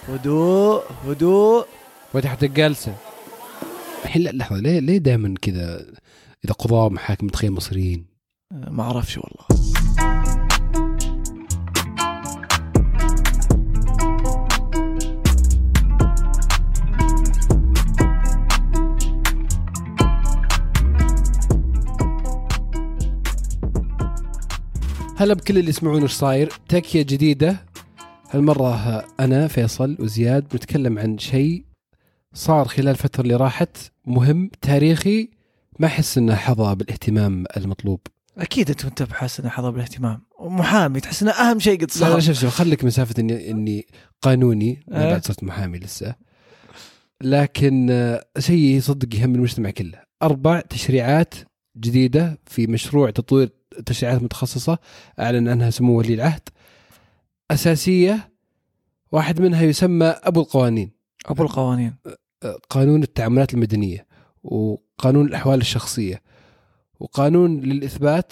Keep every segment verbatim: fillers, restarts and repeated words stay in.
هدوء هدوء فتحت الجلسة الحين. لا لحظة، ليه ليه دائما كذا إذا قضاء محاكم تخيل مصريين؟ ما أعرفش والله. هلا بكل اللي يسمعون ايش صاير. تكية جديدة هالمرة، أنا فيصل وزياد نتكلم عن شيء صار خلال الفترة اللي راحت، مهم تاريخي، ما أحس إنه حظى بالاهتمام المطلوب. أكيد أنت أنت بحس إنه حظى بالاهتمام، محامي تحس إنه أهم شيء قد صار. لا شوف شوف خليك مسافة إني إني قانوني، ما بعد صرت محامي لسه، لكن شيء صدق يهم المجتمع كله. أربع تشريعات جديدة في مشروع تطوير تشريعات متخصصة أعلن عنها سمو ولي العهد، أساسية. واحد منها يسمى أبو القوانين. أبو القوانين قانون التعاملات المدنية، وقانون الأحوال الشخصية، وقانون للإثبات،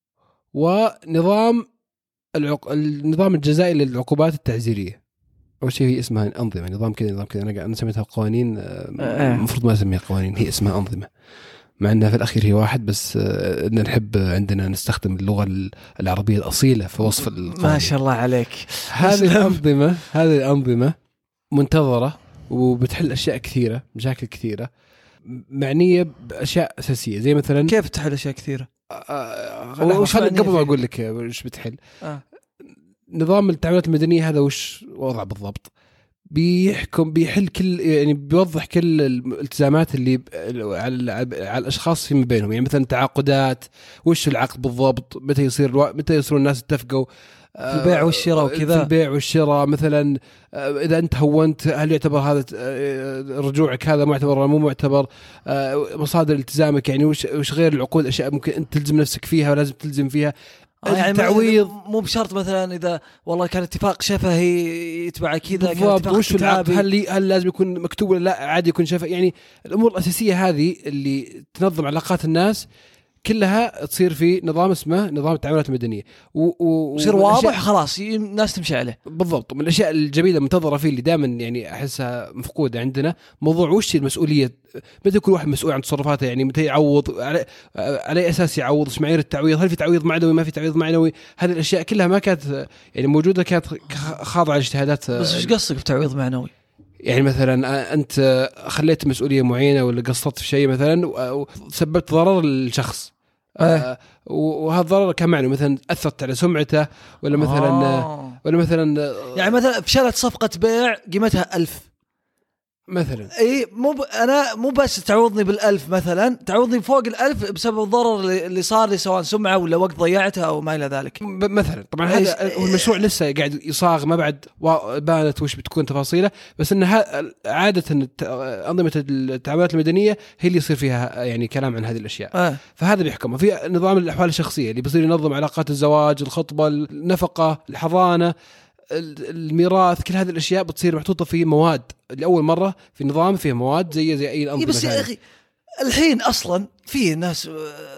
ونظام العق... النظام الجزائي للعقوبات التعزيرية. أول شيء هي اسمها أنظمة، نظام كذا نظام كذا. أنا أنا سميتها قوانين، المفروض ما أسميها قوانين، هي اسمها أنظمة، مع أنها في الأخير هي واحد، بس إن نحب عندنا نستخدم اللغة العربية الأصيلة في وصف القانون. ما شاء الله عليك. هذه الأنظمة هذه الأنظمة منتظرة وبتحل أشياء كثيرة، مشاكل كثيرة، معنية بأشياء أساسية، زي مثلا كيف تحل أشياء كثيرة؟ وش قبل ما أقول لك وش بتحل. آه. نظام التعاملات المدنية هذا وش وضع بالضبط؟ بيحكم بيحل كل يعني بيوضح كل الالتزامات اللي على على الاشخاص فيما بينهم. يعني مثلا تعاقدات، وش العقد بالضبط، متى يصير الو... متى يصيرون الناس اتفقوا في البيع والشراء وكذا. في البيع والشراء مثلا اذا انت هونت هل يعتبر هذا رجوعك هذا معتبر ولا مو معتبر، مصادر التزامك، يعني وش وش غير العقود اشياء ممكن انت تلزم نفسك فيها ولازم تلزم فيها. يعني التعويض مو بشرط مثلا اذا والله كان اتفاق شفهي يتبع كذا، كان اتفاق وش العقد، هل هل لازم يكون مكتوب ولا لا، عادي يكون شفهي. يعني الامور الاساسيه هذه اللي تنظم علاقات الناس كلها تصير في نظام اسمه نظام التعاملات المدنيه، ويصير واضح خلاص الناس تمشي عليه بالضبط. من الاشياء الجميله المنتظره فيه اللي دائما يعني احسها مفقوده عندنا، موضوع وش المسؤوليه، متى يكون واحد مسؤول عن تصرفاته، يعني متى يعوض، على على اساس يعوض، ايش معايير التعويض، هل في تعويض معنوي، ما في تعويض معنوي. هذه الاشياء كلها ما كانت يعني موجوده، كانت خاضعه لاجتهادات. بس ايش قصدك بتعويض معنوي؟ يعني مثلا انت خليت مسؤوليه معينه ولا قصرت في شيء مثلا وسببت ضرر للشخص، آه. وهذا الضرر كان معنى مثلا أثرت على سمعته، ولا مثلا آه. ولا مثلا يعني مثلا فشلت صفقة بيع قيمتها ألف مثلا. اي مو ب... انا مو بس تعوضني بالألف، مثلا تعوضني فوق الألف بسبب الضرر اللي صار لي، سواء سمعة ولا وقت ضيعتها او ما الى ذلك مثلا. طبعا هذا هو المشروع لسه قاعد يصاغ، ما بعد بانت وش بتكون تفاصيله، بس انها عاده انظمه التعاملات المدنيه هي اللي يصير فيها يعني كلام عن هذه الاشياء. آه. فهذا بيحكم في نظام الاحوال الشخصيه اللي بيصير ينظم علاقات الزواج، الخطبه، النفقه، الحضانه، الميراث. كل هذه الاشياء بتصير محطوطه في مواد لاول مره في نظام فيه مواد زي زي اي انظمه. بس يا اخي الحين اصلا في ناس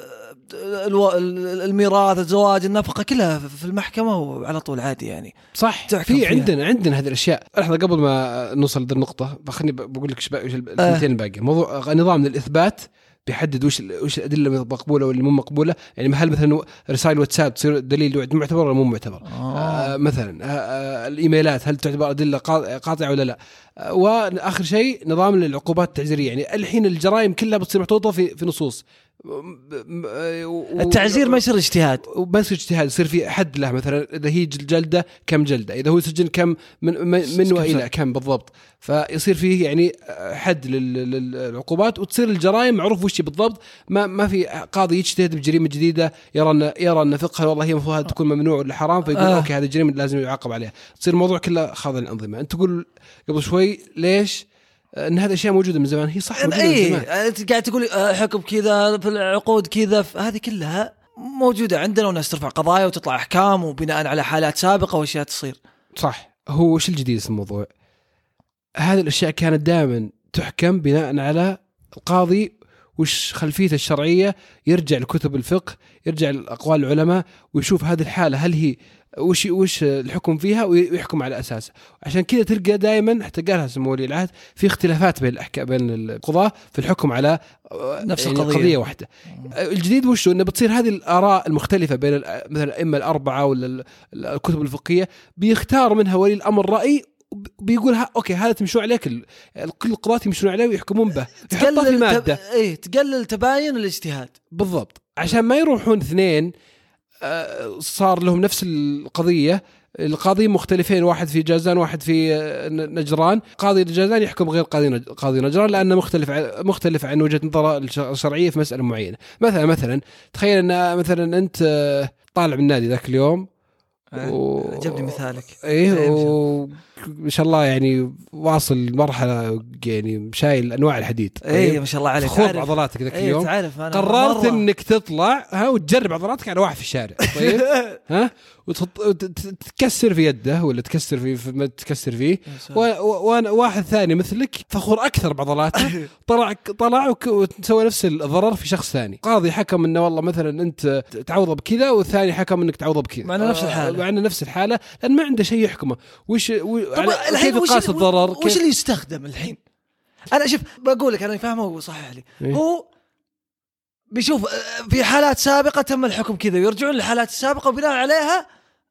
الميراث، الزواج، النفقه كلها في المحكمه وعلى طول عادي يعني. صح، في عندنا عندنا هذه الاشياء. لحظه قبل ما نوصل لهذه النقطه خليني بقول لك ايش الثنتين الباقي. موضوع نظام الاثبات بيحدد وش وش الادله المقبوله واللي مو مقبوله. يعني هل مثلا رسائل واتساب تصير دليل معتبر ولا مو معتبر؟ آه. آه مثلا آه الايميلات هل تعتبر ادله قاطعه ولا لا؟ آه واخر شيء نظام العقوبات التعزيريه. يعني الحين الجرائم كلها بتصير محطوطه في في نصوص. التعزير ما يصير اجتهاد، وما يصير اجتهاد، يصير في حد له. مثلا اذا هي جلده كم جلده، اذا هو سجن كم من من والى كم بالضبط. فيصير فيه يعني حد للعقوبات، وتصير الجرائم معروف وش بالضبط. ما ما في قاضي يجتهد بجريمه جديده يرى ان يرى ان فقها والله هي المفروض تكون ممنوع ولا حرام، فيقول آه. اوكي هذه الجريمه لازم يعاقب عليها. تصير الموضوع كله خاضع للانظمه. انت تقول قبل شوي ليش ان هذه اشياء موجوده من زمان؟ هي صح موجوده أيه. من زمان. انت قاعد تقول حكم كذا في العقود كذا، هذه كلها موجوده عندنا، وناس ترفع قضايا وتطلع احكام وبناء على حالات سابقه واشياء تصير. صح. هو وش الجديد في الموضوع؟ هذه الاشياء كانت دائما تحكم بناء على القاضي وش خلفيته الشرعيه، يرجع لكتب الفقه، يرجع لاقوال العلماء، ويشوف هذه الحاله هل هي وش وش الحكم فيها ويحكم على اساسه. عشان كذا تلقى دائما حتى قالها سمو ولي العهد في اختلافات بين الاحكام بين القضاة في الحكم على نفس يعني القضية قضية واحدة. الجديد وش انه بتصير هذه الاراء المختلفة بين مثلا الائمة الاربعة ولا الكتب الفقهية بيختار منها ولي الامر رأي بيقول ها اوكي هذا تمشوا عليه كل كل القضاة يمشون عليه ويحكمون به، يحطها في مادة تب... ايه تقلل تباين الاجتهاد بالضبط، عشان ما يروحون اثنين صار لهم نفس القضية القاضيين مختلفين، واحد في جازان واحد في نجران، قاضي جازان يحكم غير قاضي قاضي نجران لأنه مختلف مختلف عن وجهة نظره الشرعية في مسألة معينة. مثلا مثلا تخيل أن مثلا أنت طالع من النادي ذاك اليوم و... جبني مثالك ايه وما شاء الله يعني واصل مرحله يعني شايل انواع الحديد ايه ما شاء الله عليك، خذ عضلاتك ذاك اليوم ايه قررت مرة. انك تطلع ها وتجرب عضلاتك على واحد في الشارع طيب ها وتكسر في يده ولا تكسر في, في ما تكسر فيه وانا واحد ثاني مثلك فخور اكثر بعضلاته طلع طلع وتسوي نفس الضرر في شخص ثاني. قاضي حكم انه والله مثلا انت تعوضه بكذا والثاني حكم انك تعوضه بكذا مع نفس الحاله مع نفس الحاله لان ما عنده شيء يحكمه. وش كيف قاس الضرر وش اللي يستخدم الحين؟ انا شوف بقول لك انا فاهمه وصحح لي إيه؟ هو بيشوف في حالات سابقه تم الحكم كذا ويرجعون للحالات السابقه وبناء عليها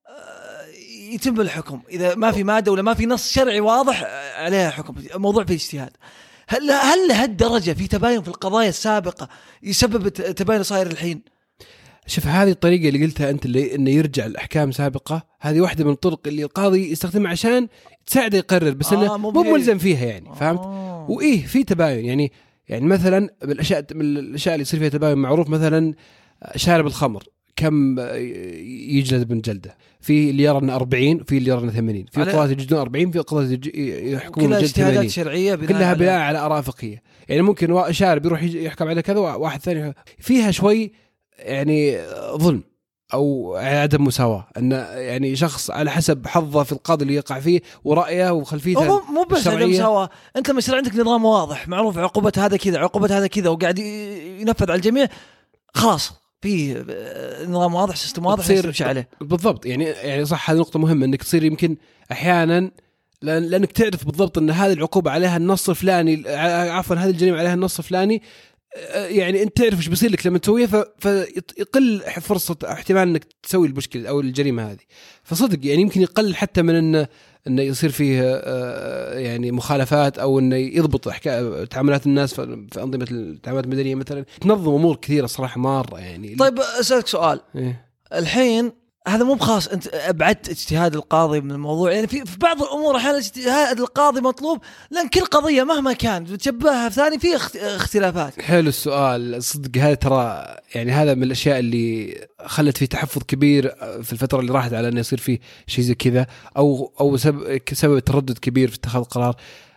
يتم الحكم اذا ما في ماده ولا ما في نص شرعي واضح عليها حكم. موضوع في اجتهاد. هل هل لهالدرجه في تباين في القضايا السابقه يسبب تباين صاير الحين؟ شوف هذه الطريقة اللي قلتها أنت اللي إنه يرجع الأحكام سابقة، هذه واحدة من الطرق اللي القاضي يستخدمها عشان تساعده يقرر بس إنه آه مو ملزم فيها يعني. آه فهمت؟ وإيه في تباين يعني يعني مثلا بالأشياء من الأشياء اللي يصير فيها تباين معروف مثلا شارب الخمر كم يجلد من جلده، في اللي يرى أنه أربعين في اللي يرى أنه ثمانين، في قضاة يجلدون أربعين في قضاة يحكمون جلد ثمانين شرعية كلها بناء على آراء فقهية. يعني ممكن شارب يروح يحكم على كذا واحد ثاني فيها شوي يعني ظلم أو عدم مساواة، أن يعني شخص على حسب حظه في القاضي اللي يقع فيه ورأيه وخلفيته مو مو بس عدم مساواة. أنت مثلا عندك نظام واضح معروف عقوبة هذا كذا عقوبة هذا كذا وقاعد ينفذ على الجميع خلاص في نظام واضح سيستم واضح يمشي عليه بالضبط. يعني يعني صح هذه نقطة مهمة أنك تصير يمكن أحيانا لأنك تعرف بالضبط أن هذه العقوبة عليها النص الفلاني عفوا هذه الجريمة عليها النص الفلاني، يعني انت تعرف ايش بيصير لك لما تسويها فيقل فرصه احتمال انك تسوي المشكله او الجريمه هذه. فصدق يعني يمكن يقل حتى من انه انه يصير فيه يعني مخالفات او انه يضبط تعاملات الناس في انظمه التعاملات المدنيه مثلا، تنظم امور كثيره صراحه مره يعني. طيب اسالك سؤال إيه؟ الحين هذا مو بخاص انت ابعدت اجتهاد القاضي من الموضوع، يعني في في بعض الامور احيانا اجتهاد القاضي مطلوب لان كل قضيه مهما كان تشبهها في ثاني في اختلافات. حلو السؤال صدق هذا ترى يعني هذا من الاشياء اللي خلت في تحفظ كبير في الفتره اللي راحت على انه يصير فيه شيء زي كذا او او سبب سبب تردد كبير في اتخاذ القرار.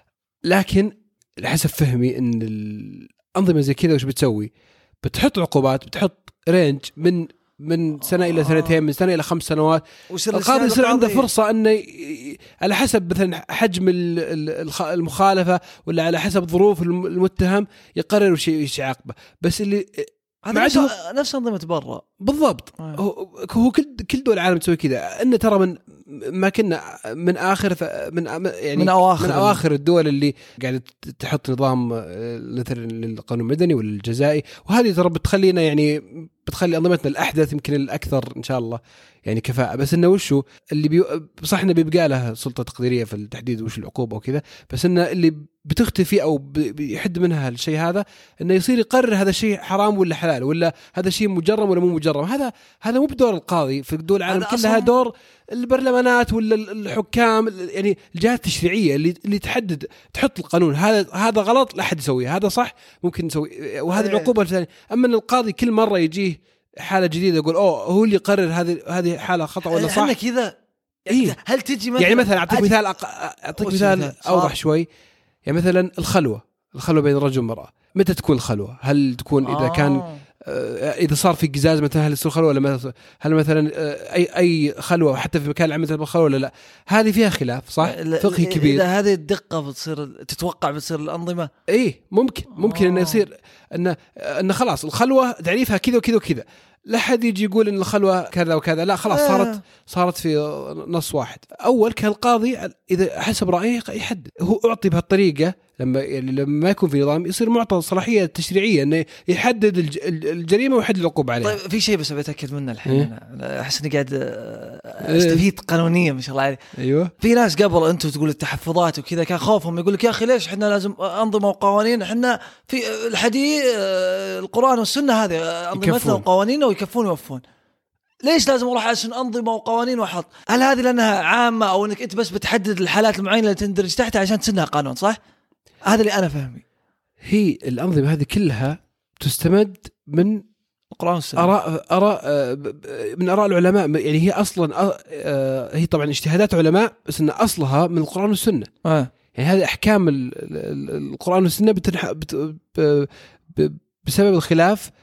لكن لحسب فهمي ان الانظمه زي كذا وش بتسوي؟ بتحط عقوبات، بتحط رينج من من سنة إلى سنتين، من سنة إلى خمس سنوات. القاضي يصير عنده فرصة أنه على حسب مثلا حجم المخالفة ولا على حسب ظروف المتهم يقرر وش يعاقبه. بس اللي هذا نفس أنظمة برا بالضبط. هو, هو كل كل دول العالم تسوي كذا. إن ترى من ما كنا من آخر من يعني من أواخر, من أواخر الدول اللي قاعدة تحط نظام مثلا للقانون المدني ولا الجزائي، وهذه ترى بتخلينا يعني بتخلي أنظمتنا الأحدث يمكن الأكثر إن شاء الله يعني كفاءة. بس إنه وشو اللي بي... صح إنه بيبقى له سلطة تقديرية في التحديد وش العقوبة وكذا، بس إنه اللي بتختفي أو بيحد منها الشيء هذا إنه يصير يقرر هذا الشيء حرام ولا حلال ولا هذا شيء مجرم ولا مو مجرم. هذا هذا مو بدور القاضي في دول العالم كلها، دور البرلمانات ولا الحكام يعني الجهات التشريعية اللي اللي تحدد تحط القانون. هذا هذا غلط لا أحد يسويه، هذا صح ممكن نسوي، وهذه العقوبة الثانية. أما إن القاضي كل مرة يجيه حالة جديدة يقول أوه هو اللي يقرر هذه هذه حالة خطأ ولا صح. أنا كذا إيه؟ هل تجي مثلا يعني مثلا أعطيك مثال أق... أعطيك مثال أوضح شوي. يعني مثلا الخلوة الخلوة بين الرجل والمرأة متى تكون الخلوة؟ هل تكون إذا آه. كان إذا صار في قزاز مثلا هل يصير خلوة ولا هل مثلا أي أي خلوة حتى في مكان العمل تبقى خلوة ولا لا؟ هذه فيها خلاف صح فقهي كبير. إذا هذه الدقة بتصير تتوقع بتصير الأنظمة إيه ممكن ممكن آه. إنه يصير إنه إنه خلاص الخلوة تعريفها كذا وكذا وكذا. لا حد يجي يقول ان الخلوه كذا وكذا، لا خلاص صارت صارت في نص واحد. اول كان القاضي اذا حسب رايه يحدد، هو اعطي بهالطريقه لما يعني لما ما يكون في نظام يصير معطى صلاحيه تشريعيه انه يحدد الجريمه ويحدد العقوبه عليها. طيب في شيء بس ابي منه الحين، إيه؟ انا احس اني قاعد استفيد قانونيا ما شاء الله عليه. ايوه في ناس قبل انتم تقول التحفظات وكذا كان خوفهم، يقول لك يا اخي ليش احنا لازم انظمه وقوانين، احنا في الحديث القران والسنه هذه انظمتنا وقوانيننا ويكفون ويوفون، ليش لازم اروح عشان انظمه وقوانين واحط؟ هل هذه لانها عامه او انك انت بس بتحدد الحالات المعينه اللي تندرج تحتها عشان تسنها قانون؟ صح، هذا اللي انا فهمي. هي الانظمه هذه كلها تستمد من القرآن والسنة، آراء آراء من آراء العلماء، يعني هي أصلا هي طبعا اجتهادات علماء بس إن أصلها من القرآن والسنة. آه. يعني هذه أحكام القرآن والسنة بتنح بسبب الخلاف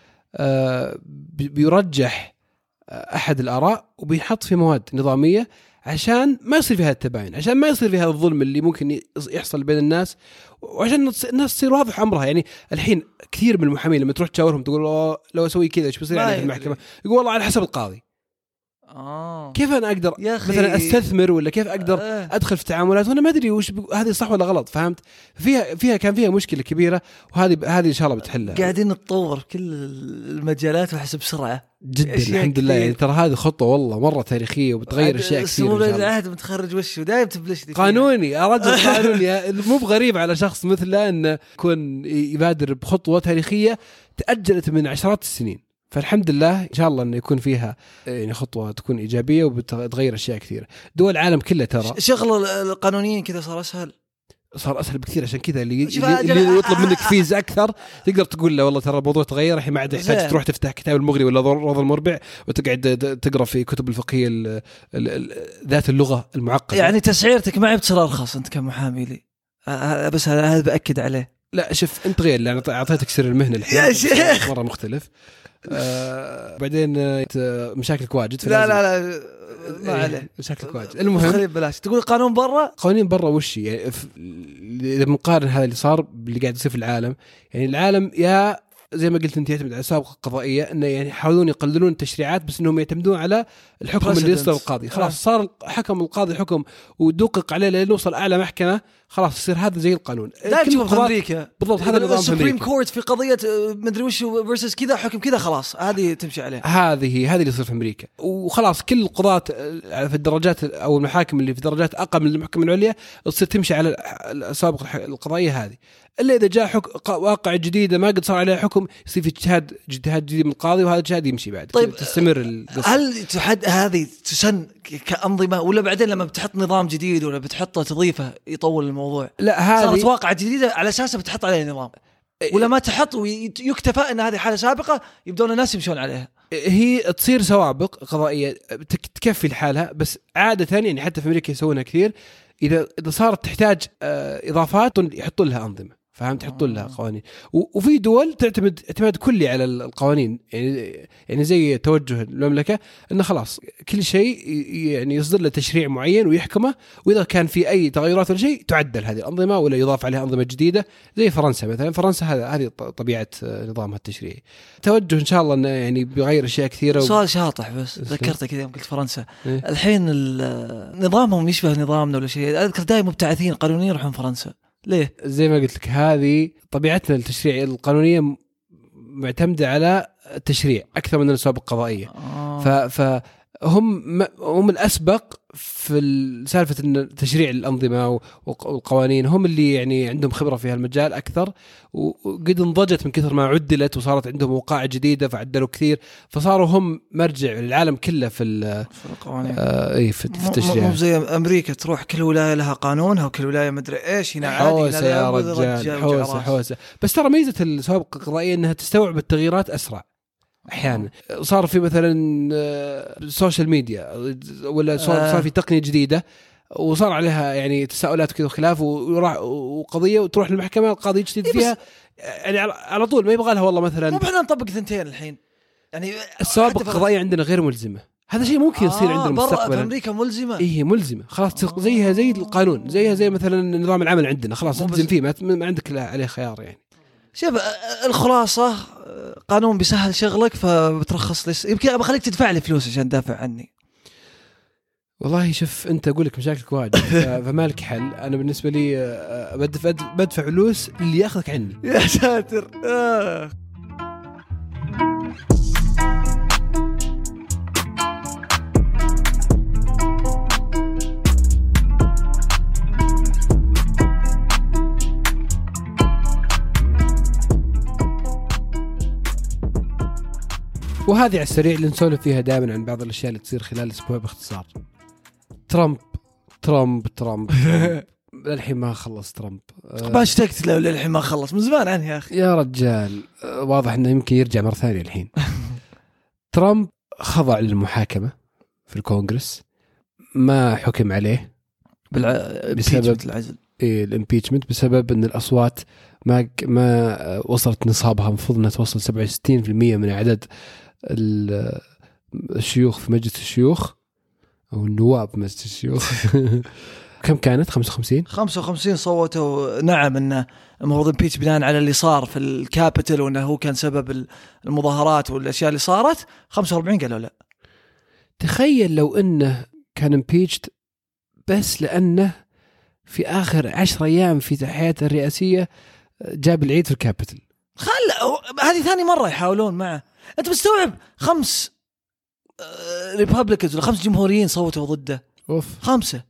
بيرجح أحد الآراء وبينحط في مواد نظامية عشان ما يصير فيها التباين، عشان ما يصير فيها الظلم اللي ممكن يحصل بين الناس، وعشان الناس تصير واضح أمرها. يعني الحين كثير من المحامين لما تروح تشاورهم تقول لو أسوي كذا إيش بيصير في المحكمة، يقول والله على حسب القاضي. آه. كيف أنا أقدر مثلا أستثمر ولا كيف أقدر آه. أدخل في تعاملات وأنا ما أدري وش ب... هذه صح ولا غلط؟ فهمت؟ فيها فيها كان فيها مشكلة كبيرة، وهذه هذه إن شاء الله بتحلها. قاعدين نتطور كل المجالات وحسب سرعة جدا الحمد لله. يعني ترى هذه خطوة والله مرة تاريخية وبتغير أشياء كثير. سمو العهد متخرج وشه دايم تبلش قانوني، رجل قانوني مو بغريب على شخص مثله أنه يكون يبادر بخطوة تاريخية تأجلت من عشرات السنين. فالحمد لله إن شاء الله إنه يكون فيها يعني خطوة تكون إيجابية وبتغير أشياء كثيرة. دول العالم كلها ترى شغل القانونيين كذا صار أسهل، صار أسهل بكثير. عشان كذا اللي, اللي يطلب منك فيز أكثر تقدر تقول له والله ترى الموضوع تغير، الحين ما عاد يحتاج تروح تفتح كتاب المغني ولا روض المربع وتقعد تقرأ في كتب الفقهية ذات اللغة المعقدة. يعني تسعيرتك ما عاد تصير أرخص أنت كمحامي لي، بس هذا بأكد عليه. لا شوف أنت غير، لأن أعطيتك سر المهنة الحين مرة مختلف. آه بعدين مشاكلك واجد. لا لا لا ما عليه مشاكلك واجد. المهم خلي بلاش تقول قانون برا، قوانين برا وش يعني إذا مقارن هذا اللي صار باللي قاعد يصير في العالم. يعني العالم يا زي ما قلت انت يعتمد على سابقة قضائية، انه يعني يحاولون يقللون التشريعات بس انهم يعتمدون على الحكم اللي يصدر القاضي. خلاص آه. صار حكم القاضي حكم ودقق عليه لين يوصل اعلى محكمة، خلاص يصير هذا زي القانون. لا تشوف في امريكا بالضبط هذا النظام في السوبريم كورت في قضية مدري وش فيرسس كذا حكم كذا، خلاص هذه تمشي عليه. هذه هذه اللي يصير في امريكا، وخلاص كل القضاة في الدرجات او المحاكم اللي في درجات اقل من المحكمة العليا تصير تمشي على السابقة القضائية هذه. إلا إذا جاء حكم واقع جديدة ما قد صار عليها حكم يصير في اجتهاد اجتهاد جديد من القاضي، وهذا الاجتهاد يمشي بعد. طيب تستمر القصة. هل تحد هذه تسن كأنظمة ولا بعدين لما بتحط نظام جديد ولا بتحطه تضيفه يطول الموضوع؟ لا هذه صارت واقع جديدة على أساسها بتحط عليه نظام، ولا ما تحط ويكتفى أن هذه حالة سابقة يبدون الناس يمشون عليها؟ هي تصير سوابق قضائية تكفي الحالة، بس عادة يعني حتى في أمريكا يسوونها كثير. إذا إذا صارت تحتاج إضافات يحطوا لها أنظمة، فهمت؟ يحطوا لها قوانين. وفي دول تعتمد اعتماد كلي على القوانين، يعني يعني زي توجه المملكة إنه خلاص كل شيء يعني يصدر له تشريع معين ويحكمه، وإذا كان في أي تغيرات ولا شيء تعدل هذه الأنظمة ولا يضاف عليها أنظمة جديدة. زي فرنسا مثلا، فرنسا هذا هذه طبيعة نظامها التشريعي. توجه إن شاء الله إنه يعني بيغير أشياء كثيرة. سؤال شاطح بس ذكرت كذا يوم قلت فرنسا إيه؟ الحين نظامهم يشبه نظامنا ولا شيء؟ أذكر دائما مبتعثين قانونيين يروحون فرنسا، ليه؟ زي ما قلت لك هذه طبيعتنا التشريع القانونية معتمدة على التشريع أكثر من السابق القضائية. آه. فهم هم الأسبق في سالفة إن تشريع الأنظمة والقوانين، هم اللي يعني عندهم خبرة في هالمجال أكثر، وقد انضجت من كثر ما عدلت وصارت عندهم وقائع جديدة فعدلوا كثير، فصاروا هم مرجع للعالم كله في القوانين. آه إيه في التشريع. مو زي أمريكا تروح كل ولاية لها قانونها وكل ولاية مدري إيش. هنا عادي حوسة يا رجال، حوسة حوسة. بس ترى ميزة السوابق القضائية إنها تستوعب التغييرات أسرع. أحيانا صار في مثلا السوشيال ميديا ولا صار في تقنية جديدة وصار عليها يعني تساؤلات وكذا وخلاف وقضية وتروح للمحكمة القاضي يجتهد فيها يعني على طول، ما يبغى لها والله مثلا. مو احنا نطبق ثنتين الحين يعني. السوابق القضائية عندنا غير ملزمة، هذا شيء ممكن يصير آه عندنا مستقبلا. في أمريكا ملزمة. إيه ملزمة خلاص آه. زيها زي القانون، زيها زي مثلا نظام العمل عندنا خلاص تلزم فيه، ما, ما عندك عليه خيار يعني. شوف الخلاصة قانون بيسهل شغلك فبترخص لي، يمكن بخليك تدفع لي فلوس عشان تدافع عني. والله شوف أنت أقول لك مشاكلك واجد فمالك حل. أنا بالنسبة لي بدفع بدفع فلوس اللي يأخذك عني. يا ساتر. آه. وهذه على السريع اللي نسولف فيها دائما عن بعض الأشياء اللي تصير خلال الأسبوع باختصار. ترامب ترامب ترامب, ترامب. للحين ما خلص ترامب. ما اشتقت له للحين ما خلص من زمان عنه يا أخي. يا رجال واضح أنه يمكن يرجع مرة ثانية الحين. ترامب خضع للمحاكمة في الكونغرس، ما حكم عليه بالع... بسبب العزل. إيه الامبيتشمنت، بسبب أن الأصوات ما ما وصلت نصابها. المفروض أنها توصل سبعة وستين بالمئة من عدد الشيوخ في مجلس الشيوخ أو النواب في مجلس الشيوخ. كم كانت؟ خمسة وخمسين خمسة وخمسين صوتوا نعم إنه المفروض امبيتش بناء على اللي صار في الكابيتال وإنه هو كان سبب المظاهرات والأشياء اللي صارت. خمسة وأربعين قالوا لا. تخيل لو إنه كان امبيتشد بس لأنه في آخر عشر أيام في حياته الرئاسية جاب العيد في الكابيتال. خل هذه ثاني مرة يحاولون معه. أنت مستوعب خمس ريبابليكنز ولا خمس جمهوريين صوتوا ضده؟ أوف. خمسة.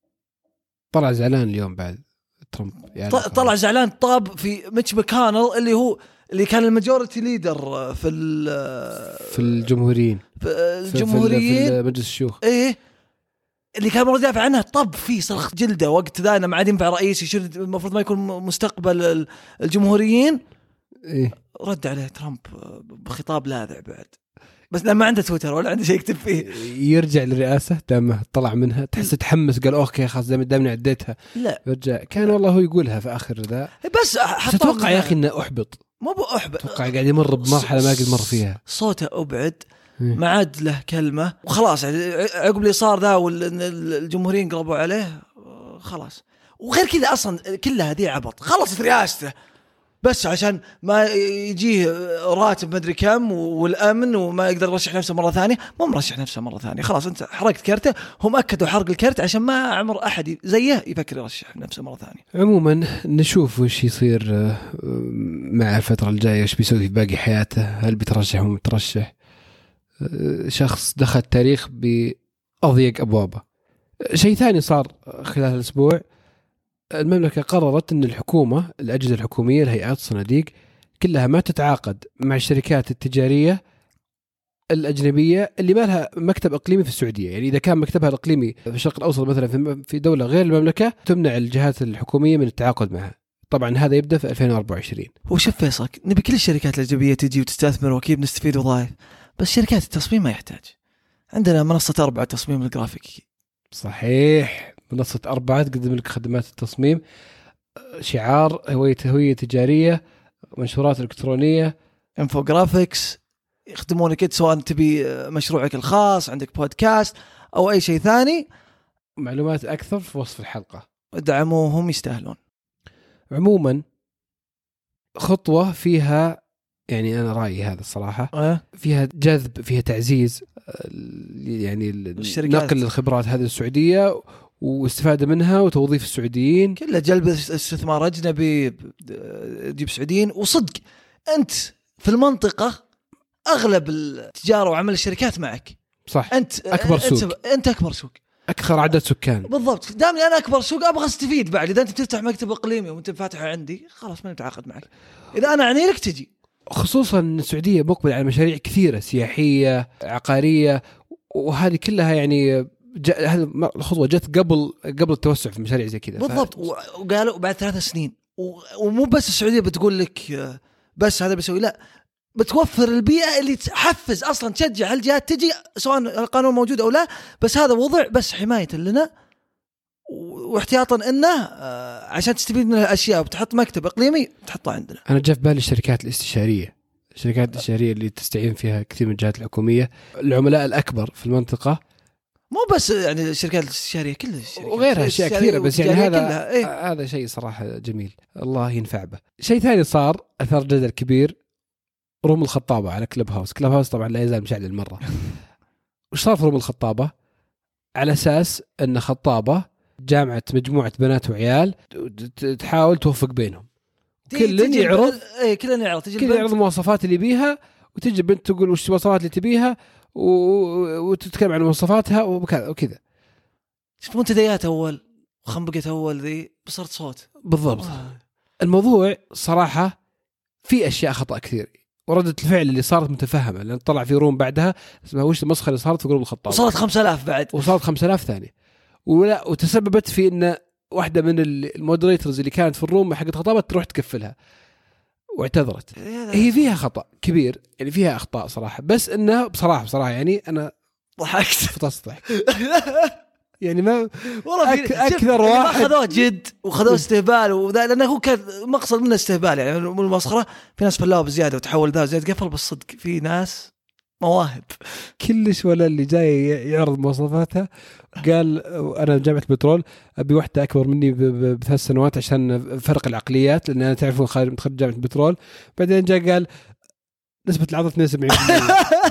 طلع زعلان اليوم بعد ترامب يعني. طلع زعلان طاب في ميتش ماكونل اللي هو اللي كان الماجوريتي ليدر في في الجمهوريين في الجمهوريين في مجلس الشيوخ. إيه اللي كان مرة دافع عنها طب فيه صرخ جلده وقت ذا ما عاد ينفع رئيس، شو المفروض ما يكون مستقبل الجمهوريين. إيه رد عليه ترامب بخطاب لاذع بعد، بس لما عنده تويتر ولا عنده شيء يكتب فيه. يرجع للرئاسة دامه طلع منها، تحس تحمس قال أوكي خلاص دام دامني عديتها. لا يرجع كان والله هو يقولها في آخر ذا. بس تتوقع يا أخي إنه أحبط؟ مو بأحبط، أتوقع قاعد يمر بمرحلة ما قد مر فيها. صوته أبعد ما عاد له كلمة وخلاص. عقب اللي صار ذا والجمهوريين قلبوا عليه خلاص. وغير كذا أصلا كلها هذه عبط. خلصت رئاسته بس عشان ما يجيه راتب مدري كم والأمن وما يقدر يرشح نفسه مرة ثانية. ما مرشح نفسه مرة ثانية خلاص. أنت حرقت كرته، هم أكدوا حرق الكرت عشان ما عمر أحد زيه يفكر يرشح نفسه مرة ثانية. عموما نشوف وش يصير مع الفترة الجاية، وش بيسوي في باقي حياته. هل بيترشح أو مترشح؟ شخص دخل التاريخ بأضيق أبوابه. شيء ثاني صار خلال الأسبوع، المملكة قررت أن الحكومة الأجهزة الحكومية الهيئات الصناديق كلها ما تتعاقد مع الشركات التجارية الأجنبية اللي ما لها مكتب إقليمي في السعودية. يعني إذا كان مكتبها الإقليمي في الشرق الأوسط مثلا في دولة غير المملكة، تمنع الجهات الحكومية من التعاقد معها. طبعا هذا يبدأ في ألفين وأربعة وعشرين. هو شوف فيصل، نبي كل الشركات الأجنبية تجي وتستثمر وكيف نستفيد وظائف، بس شركات التصميم ما يحتاج. عندنا منصة أربعة تصميم الجرافيكي. صحيح، منصة أربعة تقدم لك خدمات التصميم، شعار، هوية هوية تجارية، منشورات إلكترونية، انفوجرافيكس، يخدمونك سواء تبي مشروعك الخاص، عندك بودكاست أو أي شيء ثاني. معلومات أكثر في وصف الحلقة. دعموهم يستاهلون. عموما خطوة فيها يعني أنا رأيي هذا الصراحة أه؟ فيها جذب، فيها تعزيز يعني نقل الخبرات هذه السعودية واستفادة منها وتوظيف السعوديين. كله جلب استثمار أجنبي، تجيب سعوديين. وصدق أنت في المنطقة أغلب التجارة وعمل الشركات معك. صح، أنت أكبر سوق. أنت, أنت أكبر سوق، أكثر عدد سكان. بالضبط. دامني أنا أكبر سوق أبغى استفيد بعد. إذا أنت بتفتح مكتب إقليمي وأنت فاتحه عندي خلاص ما نتعاقد معك. إذا أنا عني لك تجي. خصوصا السعودية مقبل على مشاريع كثيرة سياحية عقارية، وهذه كلها يعني هذه الخطوة جت قبل قبل التوسع في مشاريع زي كذا. بالضبط. وقالوا بعد ثلاث سنين، ومو بس السعودية بتقول لك بس هذا بيسوي، لا، بتوفر البيئة اللي تحفز أصلا تشجع هالجهات تجي سواء القانون موجود أو لا. بس هذا وضع بس حماية لنا واحتياطا إنه عشان تستفيد من الأشياء وبتحط مكتب إقليمي تحطه عندنا. أنا جاء في بالي الشركات الاستشارية، الشركات الاستشارية اللي تستعين فيها كثير من الجهات الحكومية، العملاء الأكبر في المنطقة مو بس يعني الشركات الاستشاريه كلها وغيرها اشياء كثيره بس يعني هذا إيه؟ هذا شيء صراحه جميل الله ينفع به. شيء ثاني صار اثار جدل كبير روم الخطابه على كلب هاوس. كلب هاوس طبعا لا يزال مشعل المره. وش صار في روم الخطابه؟ على اساس ان خطابه جامعه مجموعه بنات وعيال تحاول توفق بينهم كل يعرض اي كل يعرض كل يعرض المواصفات اللي بيها وتجي بنت تقول وش المواصفات اللي تبيها وتتكلم عن مواصفاتها وكذا وكذا. شفت منتديات اول وخنبقت اول ذي بصرت صوت بالضبط. آه. الموضوع صراحه في اشياء خطا كثير وردة الفعل اللي صارت متفهمه لان طلع في روم بعدها اسمها وش المسخره اللي صارت في جروب الخطاب وصارت خمسة آلاف بعد وصارت خمسة آلاف ثاني ولا وتسببت في ان واحده من المودريتورز اللي كانت في الروم حقت خطابه تروح تكفلها واعتذرت. هي فيها خطأ كبير يعني فيها أخطاء صراحة بس إنها بصراحة بصراحة يعني أنا ضحكت فطست ضحك يعني ما والله أك أكثر واحد أخذوه جد وخذوه استهبال وذا لأنه هو كان مقصد منه استهبال يعني من المسخرة. في ناس فلاوا بزيادة وتحول ذا زيادة قفل بالصدق في ناس مواهب كلش ولا اللي جاي يعرض مواصفاتها قال أنا جامعة البترول أبي واحدة أكبر مني بثلاث سنوات عشان فرق العقليات لأن أنا تعرفون خارج متخرج جامعة البترول. بعدين جاء قال نسبة العرض اثنين وسبعين بالمئة.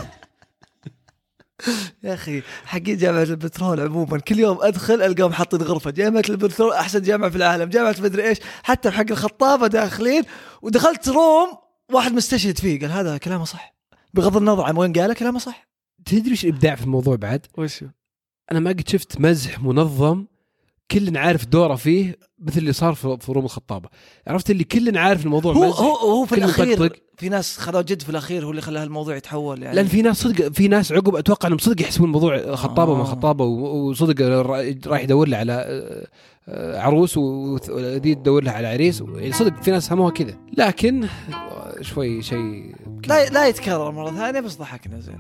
يا أخي حقين جامعة البترول عموما كل يوم أدخل ألقاهم حاطين غرفة جامعة البترول أحسن جامعة في العالم جامعة مدري إيش حتى بحق الخطابة داخلين. ودخلت روم واحد مستشهد فيه قال هذا كلامه صح بغض النظر عن وين قاله كلامه صح. تدري ايش الابداع في الموضوع بعد؟ وش انا ما قد شفت مزح منظم كلنا عارف دوره فيه مثل اللي صار في روم الخطابه. عرفت اللي كلنا عارف الموضوع هو مزح هو, هو في الاخير طق. في ناس خذوا جد في الاخير هو اللي خلى الموضوع يتحول يعني. لان في ناس صدق في ناس عقب اتوقع انهم صدق يحسبون الموضوع خطابه آه. ما خطابه وصدق راح يدور له على عروس ودي تدور له على عريس صدق في ناس هموها كذا. لكن شوي شيء لا لا يتكرر مره ثانيه بس ضحكنا زين.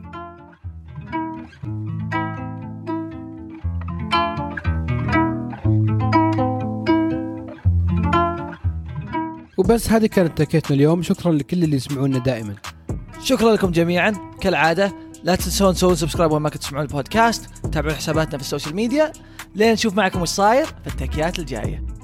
وبس هذه كانت تكيتنا اليوم. شكرا لكل اللي يسمعونا دائما. شكرا لكم جميعا كالعادة. لا تنسون تسوون سبسكرايب وما كنتوا تسمعون البودكاست. تابعوا حساباتنا في السوشيال ميديا لين نشوف معكم وش صاير في التكيات الجاية.